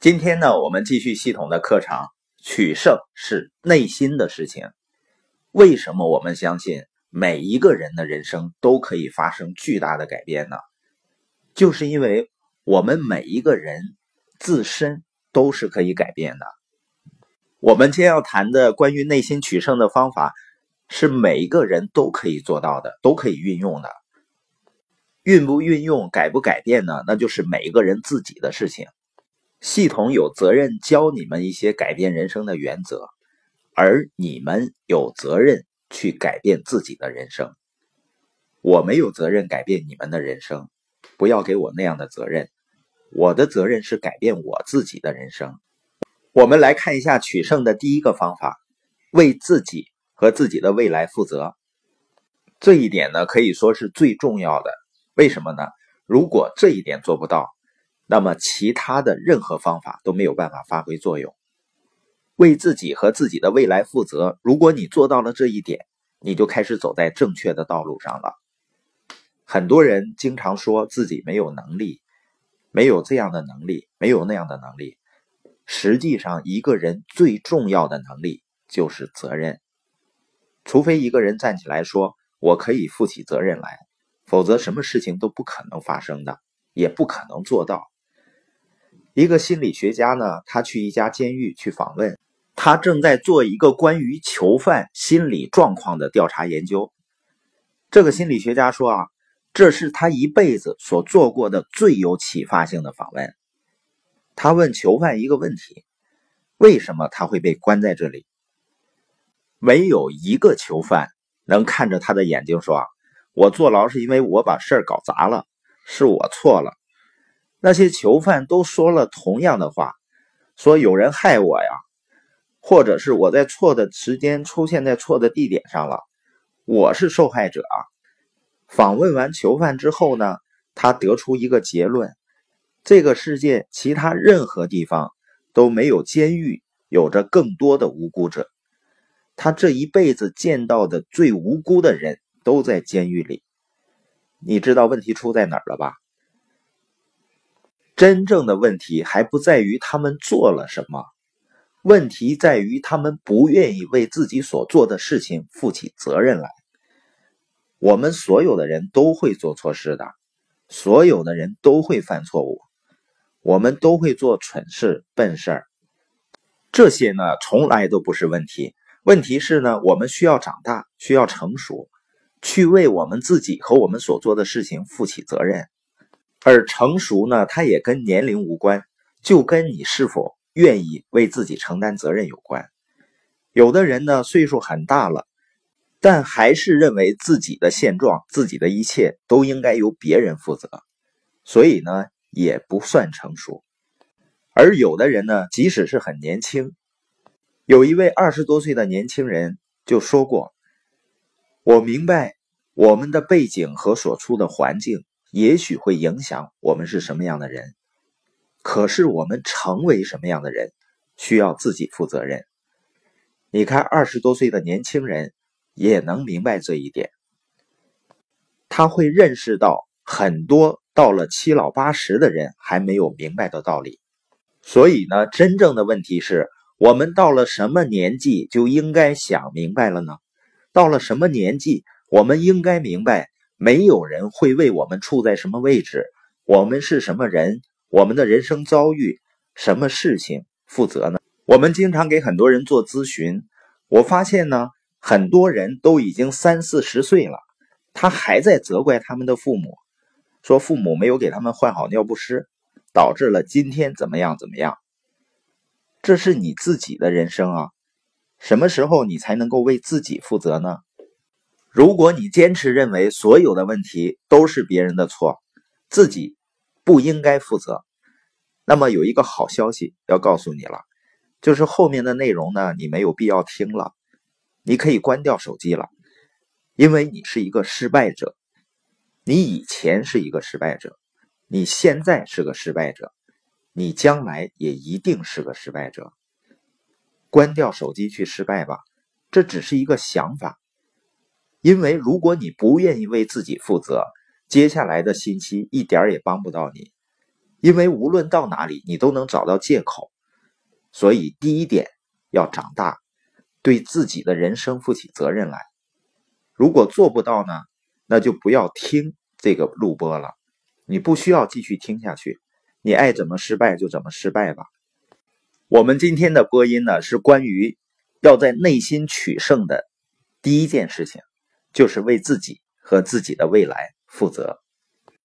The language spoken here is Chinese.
今天呢，我们继续系统的课程，取胜是内心的事情。为什么我们相信每一个人的人生都可以发生巨大的改变呢？就是因为我们每一个人自身都是可以改变的。我们今天要谈的关于内心取胜的方法，是每一个人都可以做到的，都可以运用的。运不运用，改不改变呢？那就是每一个人自己的事情。系统有责任教你们一些改变人生的原则，而你们有责任去改变自己的人生。我没有责任改变你们的人生，不要给我那样的责任。我的责任是改变我自己的人生。我们来看一下取胜的第一个方法，为自己和自己的未来负责。这一点呢，可以说是最重要的。为什么呢？如果这一点做不到，那么其他的任何方法都没有办法发挥作用。为自己和自己的未来负责，如果你做到了这一点，你就开始走在正确的道路上了。很多人经常说自己没有能力，没有这样的能力，没有那样的能力。实际上，一个人最重要的能力就是责任。除非一个人站起来说，我可以负起责任来，否则什么事情都不可能发生的，也不可能做到。一个心理学家呢，他去一家监狱去访问，他正在做一个关于囚犯心理状况的调查研究。这个心理学家说这是他一辈子所做过的最有启发性的访问。他问囚犯一个问题，为什么他会被关在这里？没有一个囚犯能看着他的眼睛说我坐牢是因为我把事儿搞砸了，是我错了。那些囚犯都说了同样的话，说有人害我呀，或者是我在错的时间出现在错的地点上了，我是受害者。访问完囚犯之后呢，他得出一个结论，这个世界其他任何地方都没有监狱有着更多的无辜者。他这一辈子见到的最无辜的人都在监狱里。你知道问题出在哪儿了吧？真正的问题还不在于他们做了什么，问题在于他们不愿意为自己所做的事情负起责任来。我们所有的人都会做错事的，所有的人都会犯错误，我们都会做蠢事、笨事儿。这些呢，从来都不是问题。问题是呢，我们需要长大，需要成熟，去为我们自己和我们所做的事情负起责任。而成熟呢，它也跟年龄无关，就跟你是否愿意为自己承担责任有关。有的人呢，岁数很大了，但还是认为自己的现状、自己的一切都应该由别人负责，所以呢，也不算成熟。而有的人呢，即使是很年轻，有一位20多岁的年轻人就说过，我明白我们的背景和所处的环境也许会影响我们是什么样的人，可是我们成为什么样的人，需要自己负责任。你看20多岁的年轻人也能明白这一点，他会认识到很多到了七老八十的人还没有明白的道理。所以呢，真正的问题是，我们到了什么年纪就应该想明白了呢？到了什么年纪，我们应该明白没有人会为我们处在什么位置，我们是什么人，我们的人生遭遇，什么事情负责呢？我们经常给很多人做咨询，我发现呢，很多人都已经30、40岁了，他还在责怪他们的父母，说父母没有给他们换好尿不湿，导致了今天怎么样怎么样。这是你自己的人生啊，什么时候你才能够为自己负责呢？如果你坚持认为所有的问题都是别人的错，自己不应该负责，那么有一个好消息要告诉你了，就是后面的内容呢，你没有必要听了，你可以关掉手机了，因为你是一个失败者，你以前是一个失败者，你现在是个失败者，你将来也一定是个失败者。关掉手机去失败吧，这只是一个想法。因为如果你不愿意为自己负责，接下来的信息一点也帮不到你。 因为无论到哪里，你都能找到借口。所以第一点，要长大，对自己的人生负起责任来。如果做不到呢，那就不要听这个录播了，你不需要继续听下去，你爱怎么失败就怎么失败吧。我们今天的播音呢，是关于要在内心取胜的第一件事情，就是为自己和自己的未来负责。